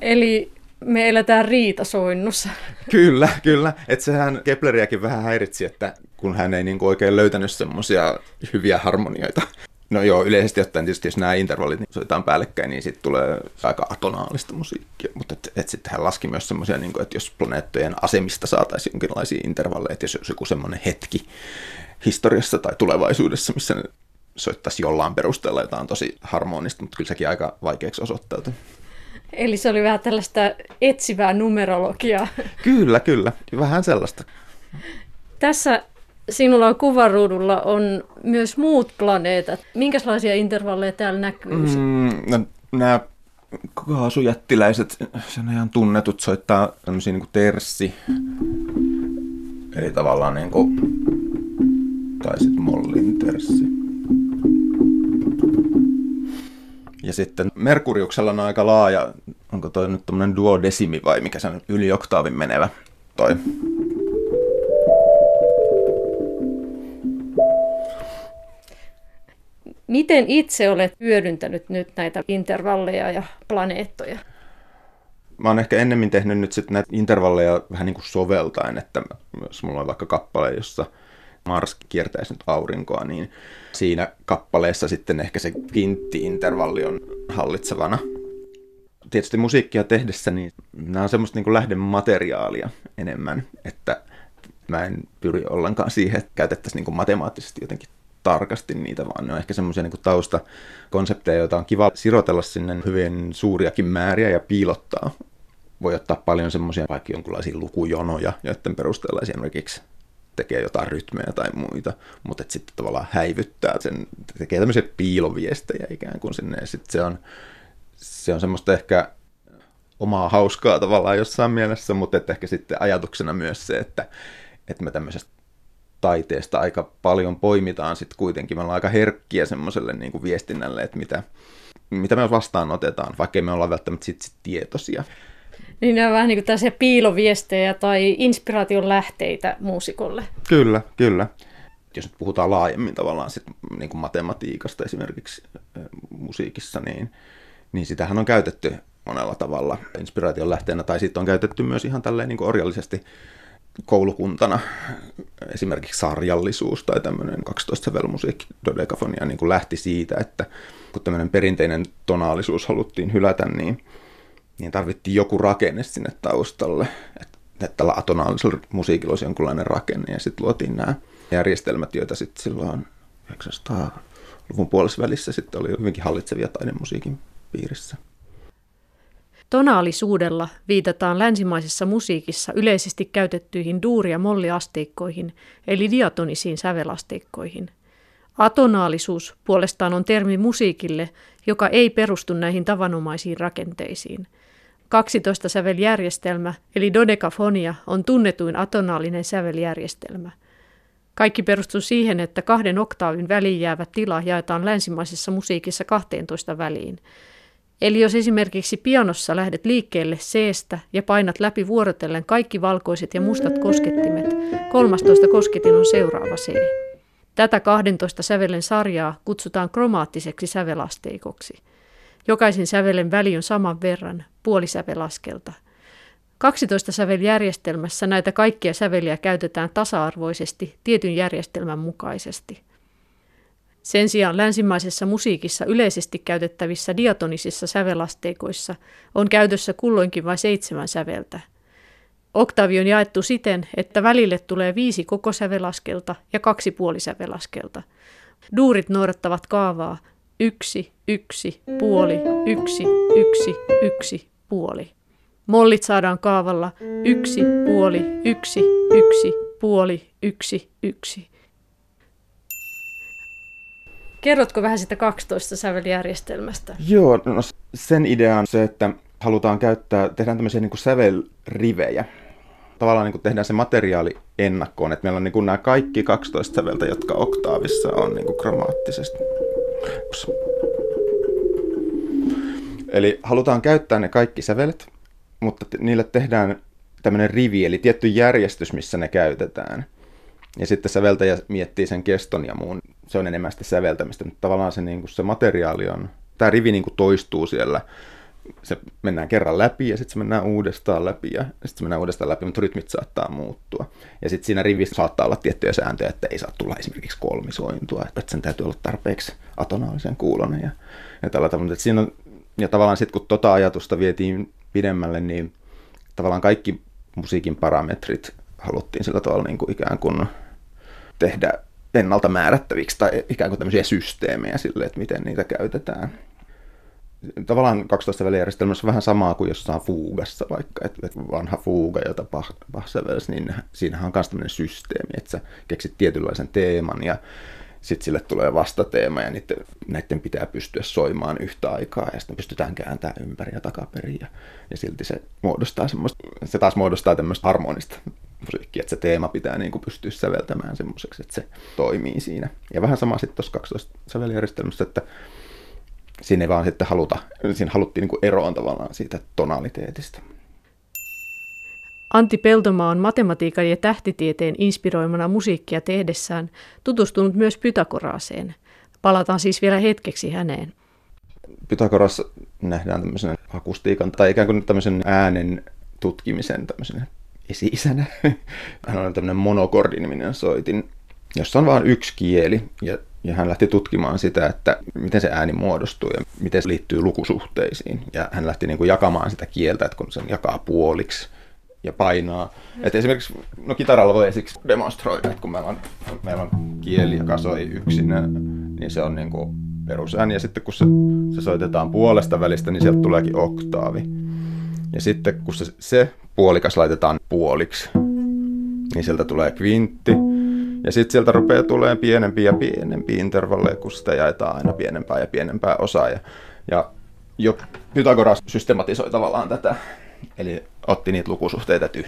Eli me eletään riitasoinnussa.
Kyllä, kyllä. Että sehän Kepleriäkin vähän häiritsi, että kun hän ei niinku oikein löytänyt semmoisia hyviä harmonioita. No joo, yleisesti ottaen tietysti, jos nämä intervallit soitetaan päällekkäin, niin sitten tulee aika atonaalista musiikkia. Mutta sitten hän laski myös semmoisia, niinku, että jos planeettojen asemista saataisiin jonkinlaisia intervalleja, että jos olisi joku semmoinen hetki historiassa tai tulevaisuudessa, missä ne soittaisi jollain perusteella jotain tosi harmonista, mutta kyllä sekin aika vaikeaksi osoittautui.
Eli se oli vähän tällaista etsivää numerologiaa.
Kyllä, kyllä. Vähän sellaista.
Tässä sinulla kuvaruudulla on myös muut planeetat. Minkälaisia intervalleja täällä näkyy?
No, nämä kaasujättiläiset, sen ihan tunnetut, soittaa tämmöisiä niin kuin terssi. Eli tavallaan niin kuin, tai sitten mollin terssi. Ja sitten Merkuriuksella on aika laaja, onko toi nyt tämmöinen duodesimi vai mikä se on, yli oktaavin menevä toi.
Miten itse olet hyödyntänyt nyt näitä intervalleja ja planeettoja?
Mä oon ehkä ennemmin tehnyt nyt sitten näitä intervalleja vähän niin kuin soveltaen, että jos mulla on vaikka kappale, jossa Mars kiertäisi nyt aurinkoa, niin siinä kappaleessa sitten ehkä se kvintti-intervalli on hallitsevana. Tietysti musiikkia tehdessä, niin nämä on semmoista niin kuin lähdemateriaalia enemmän, että mä en pyri ollenkaan siihen, että käytettäisiin niin kuin matemaattisesti jotenkin tarkasti niitä, vaan ne on ehkä semmoisia niin kuin taustakonsepteja, joita on kiva sirotella sinne hyvin suuriakin määriä ja piilottaa. Voi ottaa paljon semmoisia vaikka jonkinlaisia lukujonoja, joiden perusteella esimerkiksi tekee jotain rytmejä tai muita, mutta sitten tavallaan häivyttää sen, tekee tämmöisiä piiloviestejä ikään kuin sinne, ja sitten se on semmoista ehkä omaa hauskaa tavallaan jossain mielessä, mutta että ehkä sitten ajatuksena myös se, että me tämmöisestä taiteesta aika paljon poimitaan sitten kuitenkin, me ollaan aika herkkiä semmoiselle niin kuin viestinnälle, että mitä me vastaanotetaan, vaikka me ollaan välttämättä sit tietoisia.
Niin ne on vähän niin kuin tällaisia piiloviestejä tai inspiraation lähteitä muusikolle.
Kyllä, kyllä. Jos nyt puhutaan laajemmin tavallaan sit niin kuin matematiikasta esimerkiksi musiikissa, niin sitähän on käytetty monella tavalla inspiraation lähteenä, tai sitten on käytetty myös ihan tälleen niin kuin orjallisesti koulukuntana. Esimerkiksi sarjallisuus tai tämmöinen 12-sävelmusiikki, dodekafonia, niin kuin lähti siitä, että kun tämmöinen perinteinen tonaalisuus haluttiin hylätä, niin tarvittiin joku rakenne sinne taustalle, että tällä atonaalisella musiikilla olisi jonkunlainen rakenne, ja sitten luotiin nämä järjestelmät, joita sitten silloin 900-luvun puolessavälissä sitten oli hyvinkin hallitsevia taidemusiikin piirissä.
Tonaalisuudella viitataan länsimaisessa musiikissa yleisesti käytettyihin duuri- ja molliasteikkoihin, eli diatonisiin sävelasteikkoihin. Atonaalisuus puolestaan on termi musiikille, joka ei perustu näihin tavanomaisiin rakenteisiin. 12-säveljärjestelmä, eli dodekafonia, on tunnetuin atonaalinen säveljärjestelmä. Kaikki perustuu siihen, että 2 oktaavin väliin jäävä tila jaetaan länsimaisessa musiikissa 12 väliin. Eli jos esimerkiksi pianossa lähdet liikkeelle C-stä ja painat läpi vuorotellen kaikki valkoiset ja mustat koskettimet, 13 kosketin on seuraava C. Tätä 12 sävelen sarjaa kutsutaan kromaattiseksi sävelasteikoksi. Jokaisen sävelen väli on saman verran, puolisävelaskelta. 12-säveljärjestelmässä näitä kaikkia säveliä käytetään tasa-arvoisesti tietyn järjestelmän mukaisesti. Sen sijaan länsimaisessa musiikissa yleisesti käytettävissä diatonisissa sävelasteikoissa on käytössä kulloinkin vain 7 säveltä. Oktaavi on jaettu siten, että välille tulee 5 kokosävelaskelta ja 2 puolisävelaskelta. Duurit noudattavat kaavaa 1, 1, puoli, 1, 1, 1, puoli. Mollit saadaan kaavalla 1, puoli, 1, 1, puoli, 1, 1. Kerrotko vähän sitä 12-säveljärjestelmästä?
Joo, no sen idea on se, että halutaan tehdään tämmöisiä niin kuin sävelrivejä. Tavallaan niin kuin tehdään se materiaali ennakkoon, että meillä on niin kuin nämä kaikki 12 säveltä, jotka oktaavissa on niin kuin kromaattisesti. Eli halutaan käyttää ne kaikki sävelet, mutta niille tehdään tämmöinen rivi, eli tietty järjestys, missä ne käytetään. Ja sitten säveltäjä miettii sen keston ja muun. Se on enemmän sitä säveltämistä, mutta tavallaan se, niin kuin se materiaali on, tämä rivi niin kuin toistuu siellä se mennään kerran läpi ja sitten se mennään uudestaan läpi ja sitten se mennään uudestaan läpi, mutta rytmit saattaa muuttua. Ja sitten siinä rivissä saattaa olla tiettyjä sääntöjä, että ei saa tulla esimerkiksi kolmisointua, että sen täytyy olla tarpeeksi atonaalisen kuulonen ja tällä tavalla. Mutta siinä on, ja tavallaan sitten kun tota ajatusta vietiin pidemmälle, niin tavallaan kaikki musiikin parametrit haluttiin sillä tavalla niin kuin ikään kuin tehdä ennalta määrättäviksi tai ikään kuin tämmöisiä systeemejä sille, että miten niitä käytetään. Tavallaan 12-välijärjestelmässä on vähän samaa kuin jossain fuugassa vaikka, että vanha fuuga, jota Bach sävelsi, niin siinähän on myös tämmöinen systeemi, että sä keksit tietynlaisen teeman ja sitten sille tulee vastateema ja näiden pitää pystyä soimaan yhtä aikaa ja sitten pystytään kääntämään ympäri ja takaperin ja silti se taas muodostaa tämmöistä harmonista musiikkia, että se teema pitää niin kuin pystyä säveltämään semmoiseksi, että se toimii siinä. Ja vähän sama sitten tuossa 12-sävelijärjestelmässä, että siinä ei vaan sitten siinä haluttiin niin kuin eroon tavallaan siitä tonaliteetista.
Antti Peltomaa on matematiikan ja tähtitieteen inspiroimana musiikkia tehdessään tutustunut myös Pythagoraseen. Palataan siis vielä hetkeksi häneen.
Pythagoras nähdään tämmöisen akustiikan tai ikään kuin tämmöisen äänen tutkimisen tämmöisen esi-isänä. Hän on tämmöinen monokordiniminen soitin, jossa on vain yksi kieli ja hän lähti tutkimaan sitä, että miten se ääni muodostuu ja miten se liittyy lukusuhteisiin. Ja hän lähti niin kuin jakamaan sitä kieltä, että kun sen jakaa puoliksi ja painaa. Että esimerkiksi kitaralla voi esiksi demonstroida, että kun meillä on kieli, joka soi yksinä, niin se on niin kuin perusääni. Ja sitten kun se soitetaan puolesta välistä, niin sieltä tuleekin oktaavi. Ja sitten kun se puolikas laitetaan puoliksi, niin sieltä tulee kvintti. Ja sitten sieltä rupeaa tulemaan pienempiä ja pienempiä intervalleja, kun sitä jaetaan aina pienempää ja pienempää osaa. Ja jo Pythagoras systematisoi tavallaan tätä. Eli otti niitä lukusuhteita, että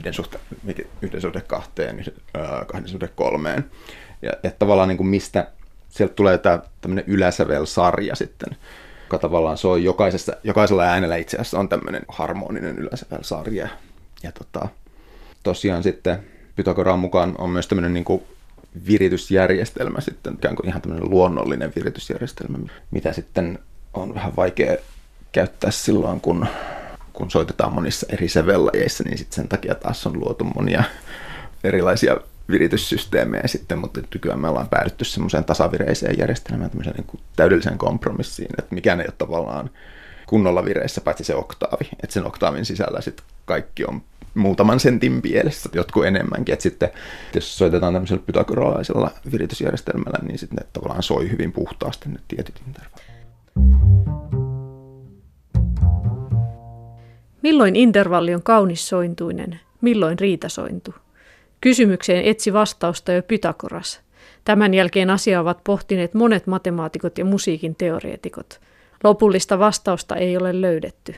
1:2, 2:3. Ja tavallaan niin kuin mistä sieltä tulee tämmöinen yläsävelsarja sitten, joka tavallaan soi jokaisella äänellä itse asiassa on tämmöinen harmoninen yläsävelsarja. Ja tosiaan sitten Pythagoraan mukaan on myös tämmöinen niin kuin viritysjärjestelmä sitten, ikään kuin ihan tämmöinen luonnollinen viritysjärjestelmä, mitä sitten on vähän vaikea käyttää silloin, kun soitetaan monissa eri sävellajeissa, niin sitten sen takia taas on luotu monia erilaisia virityssysteemejä sitten, mutta nykyään me ollaan päädytty semmoiseen tasavireiseen järjestelmään, tämmöiseen niin kuin täydelliseen kompromissiin, että mikään ei ole tavallaan kunnolla vireissä, paitsi se oktaavi, että sen oktaavin sisällä sitten kaikki on muutaman sentin pielessä, jotkut enemmänkin, että sitten jos soitetaan tämmöisellä pythagoralaisella viritysjärjestelmällä, niin sitten ne tavallaan soi hyvin puhtaasti ne tietyt intervallit.
Milloin intervalli on kaunissointuinen, milloin riitasointu? Kysymykseen etsi vastausta jo Pythagoras. Tämän jälkeen asiaa ovat pohtineet monet matemaatikot ja musiikin teoreetikot. Lopullista vastausta ei ole löydetty.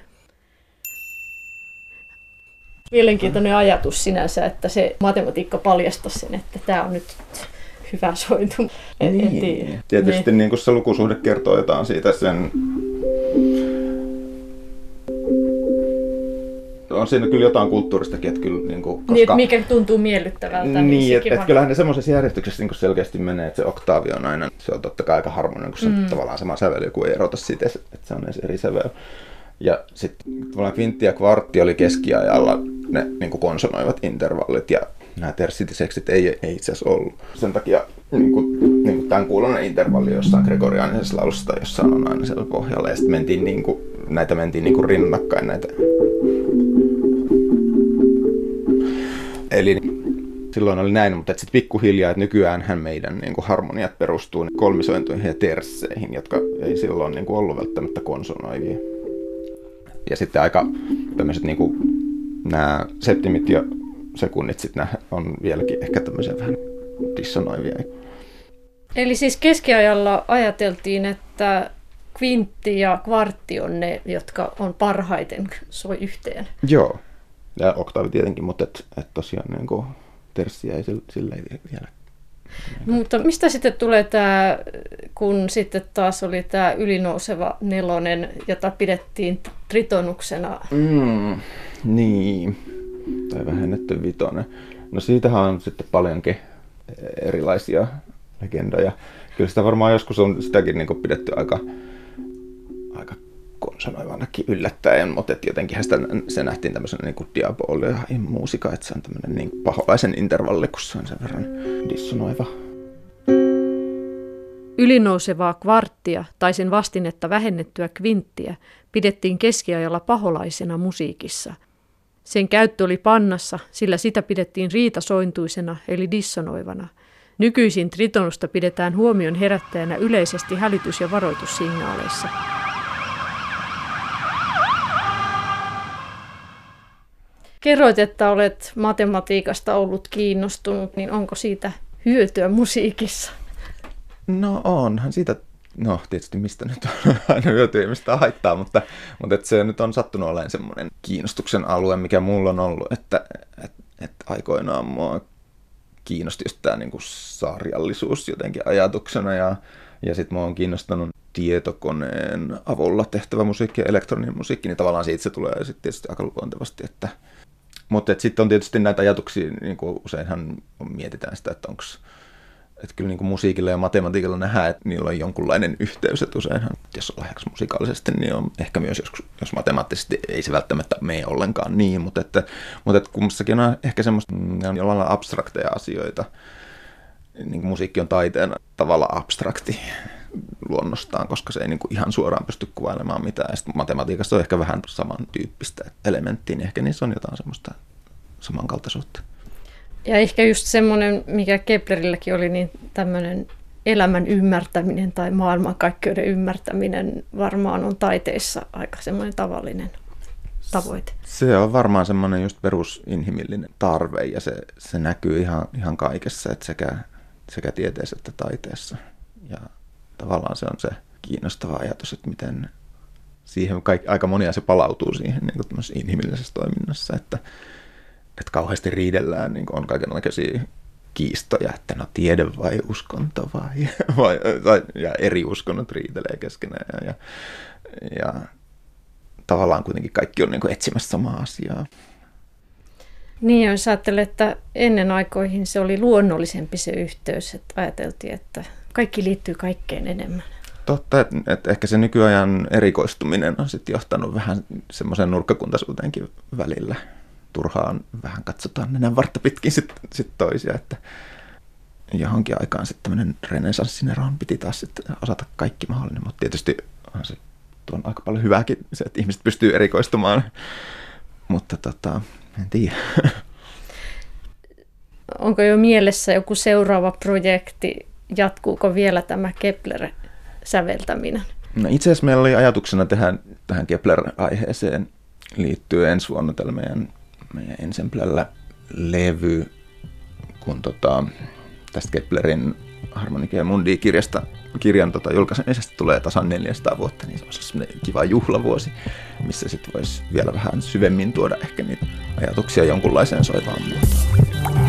Mielenkiintoinen ajatus sinänsä, että se matematiikka paljastaisi sen, että tämä on nyt hyvä sointu.
Niin. Tietysti niin kuin se lukusuhde kertoo jotain siitä sen. On siinä kyllä jotain kulttuuristakin, että kyllä koska
niin, mikä tuntuu miellyttävältä.
Niin, että kyllähän ne semmoisessa järjestyksessä niin selkeästi menee, että se oktaavi on aina, se on totta kai aika harmoninen, kun se on tavallaan sama sävel, joku ei erota siitä, että se on edes eri sävel. Ja sitten tavallaan kvintti ja kvartti oli keskiajalla, ne niin kuin konsonoivat intervallit ja nämä terssitiseksit ei itse asiassa ollut. Sen takia niin kuin tämän kuulonen intervalli jossain gregoriaanisessa laulussa tai jossain on aina siellä pohjalla ja sitten mentiin rinnakkain näitä. Eli silloin oli näin, mutta sitten pikkuhiljaa, että nykyäänhän meidän niin kuin harmoniat perustuu kolmisointuihin ja tersseihin, jotka ei silloin niin kuin ollut välttämättä konsonoivia. Ja sitten aika tämmöiset niin kuin nämä septimit ja sekunnit sitten on vieläkin ehkä tämmöisiä vähän dissonoivia.
Eli siis keskiajalla ajateltiin, että kvintti ja kvartti on ne, jotka on parhaiten soi yhteen.
Joo, ja oktaavi tietenkin, mutta et tosiaan niin kuin terssiä ei sillä ei vielä.
Mutta mistä sitten tulee tämä, kun sitten taas oli tämä ylinouseva nelonen, jota pidettiin tritonuksena?
Niin, tai vähennetty vitonen. No siitähän on sitten paljonkin erilaisia legendoja. Kyllä sitä varmaan joskus on sitäkin niin kuin pidetty aika konsonoivanakin yllättäen, mutta jotenkin se nähtiin tämmöisenä niin kuin diabolia musiikka, että se on tämmöinen niin paholaisen intervalli, kun se on sen verran dissonoiva.
Ylinousevaa kvarttia tai sen vastinetta vähennettyä kvinttiä pidettiin keskiajalla paholaisena musiikissa. Sen käyttö oli pannassa, sillä sitä pidettiin riitasointuisena eli dissonoivana. Nykyisin tritonusta pidetään huomion herättäjänä yleisesti hälytys- ja varoitussignaaleissa. Kerroit, että olet matematiikasta ollut kiinnostunut, niin onko siitä hyötyä musiikissa?
No onhan siitä, no tietysti mistä nyt on aina hyötyä ja mistä haittaa, mutta että se nyt on sattunut olemaan semmoinen kiinnostuksen alue, mikä mulla on ollut, että aikoinaan mua kiinnosti just tämä niinku sarjallisuus jotenkin ajatuksena ja sitten mua on kiinnostanut tietokoneen avulla tehtävä musiikki ja elektroninen musiikki, niin tavallaan siitä se tulee sitten tietysti aika luontevasti, mutta sitten on tietysti näitä ajatuksia, niin kuin useinhan mietitään sitä, että onko, että kyllä niin kuin musiikilla ja matematiikalla nähdään, että niillä on jonkunlainen yhteys, että useinhan, jos on lahjakas musikaalisesti, niin on ehkä myös, jos matemaattisesti ei se välttämättä mene ollenkaan niin, mutta että kummassakin on ehkä semmoista jollain lailla abstrakteja asioita, niin kuin musiikki on taiteen tavalla abstrakti luonnostaan, koska se ei niin kuin ihan suoraan pysty kuvailemaan mitään. Ja sitten matematiikassa on ehkä vähän samantyyppistä elementtiä, niin ehkä niissä on jotain semmoista samankaltaisuutta.
Ja ehkä just semmoinen, mikä Keplerilläkin oli, niin tämmöinen elämän ymmärtäminen tai maailmankaikkeuden ymmärtäminen varmaan on taiteissa aika semmoinen tavallinen tavoite.
Se on varmaan semmoinen just perusinhimillinen tarve ja se näkyy ihan kaikessa, että sekä tieteessä että taiteessa. Ja tavallaan se on se kiinnostava ajatus, että miten siihen aika monia se palautuu siihen niin kuin inhimillisessä toiminnassa, että kauheasti riidellään, niin on kaikenlaisia kiistoja, että no tiede vai uskonto ja eri uskonnot riitelee keskenään ja tavallaan kuitenkin kaikki on niin kuin etsimässä samaa asiaa.
Niin, jos ajattelee, että ennen aikoihin se oli luonnollisempi se yhteys, että ajateltiin, että kaikki liittyy kaikkeen enemmän.
Totta, että ehkä se nykyajan erikoistuminen on sitten johtanut vähän semmoiseen nurkkakuntaisuuteenkin välillä. Turhaan vähän katsotaan nenänvartta pitkin sit toisia, että johonkin aikaan sitten tämmöinen renesanssinerahan piti taas sitten osata kaikki mahdollinen, mutta tietysti on se tuon aika paljon hyvääkin se, että ihmiset pystyy erikoistumaan, mutta en tiedä.
Onko jo mielessä joku seuraava projekti? Jatkuuko vielä tämä Kepler-säveltäminen?
No itse asiassa meillä oli ajatuksena tehdä tähän Kepler-aiheeseen liittyen ensi vuonna tällä meidän Ensemblellä levy, kun tästä Keplerin Harmonia Mundi-kirjan julkaisemisesta tulee tasan 400 vuotta, niin se olisi sellainen kiva juhlavuosi, missä sitten voisi vielä vähän syvemmin tuoda ehkä niitä ajatuksia jonkunlaiseen soivaan muotoon.